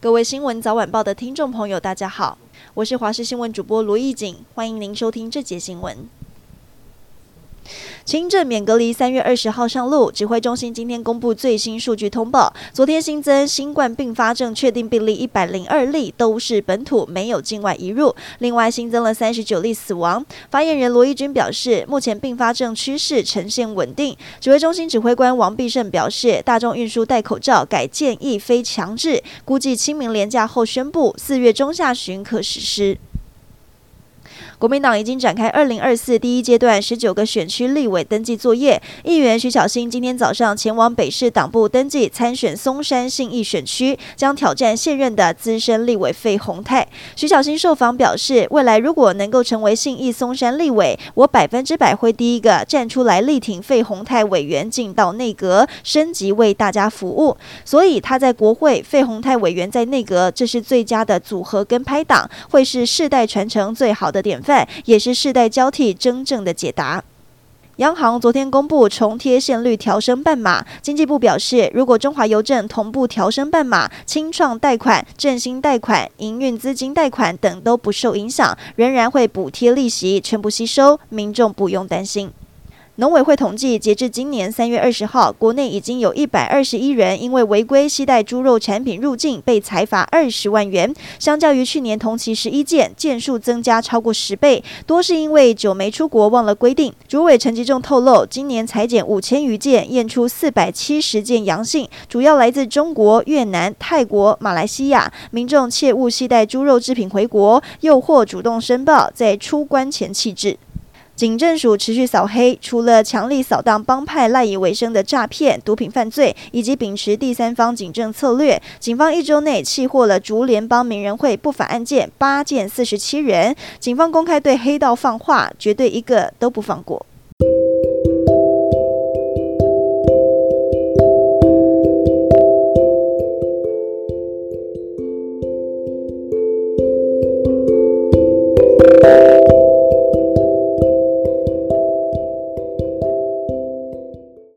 各位新闻早晚报的听众朋友大家好，我是华视新闻主播罗艺锦，欢迎您收听这节新闻。轻症免隔离3月20号上路，指挥中心今天公布最新数据通报，昨天新增新冠并发症确定病例102例，都是本土，没有境外移入，另外新增了39例死亡。发言人罗一军表示，目前并发症趋势呈现稳定。指挥中心指挥官王必胜表示，大众运输戴口罩改建议非强制，估计清明连假后宣布，4月中下旬可实施。国民党已经展开2024第一阶段19个选区立委登记作业。议员徐巧芯今天早上前往北市党部登记参选松山信义选区，将挑战现任的资深立委费鸿泰。徐巧芯受访表示，未来如果能够成为信义松山立委，我100%会第一个站出来力挺费鸿泰委员进到内阁，升级为大家服务。所以他在国会，费鸿泰委员在内阁，这是最佳的组合跟拍档，会是世代传承最好的典范，也是世代交替真正的解答。央行昨天公布重贴现率调升半码，经济部表示，如果中华邮政同步调升半码，清创贷款、振兴贷款、营运资金贷款等都不受影响，仍然会补贴利息，全部吸收，民众不用担心。农委会统计，截至今年3月20号，国内已经有121人因为违规携带猪肉产品入境被裁罚20万元，相较于去年同期11件，件数增加超过10倍，多是因为久没出国忘了规定。主委陈吉仲透露，今年裁检5000余件，验出470件阳性，主要来自中国、越南、泰国、马来西亚。民众切勿携带猪肉制品回国，又或主动申报，在出关前弃置。警政署持续扫黑，除了强力扫荡帮派赖以为生的诈骗、毒品犯罪，以及秉持第三方警政策略，警方1周内緝获了竹联邦名人会不法案件8件47人。警方公开对黑道放话，绝对一个都不放过。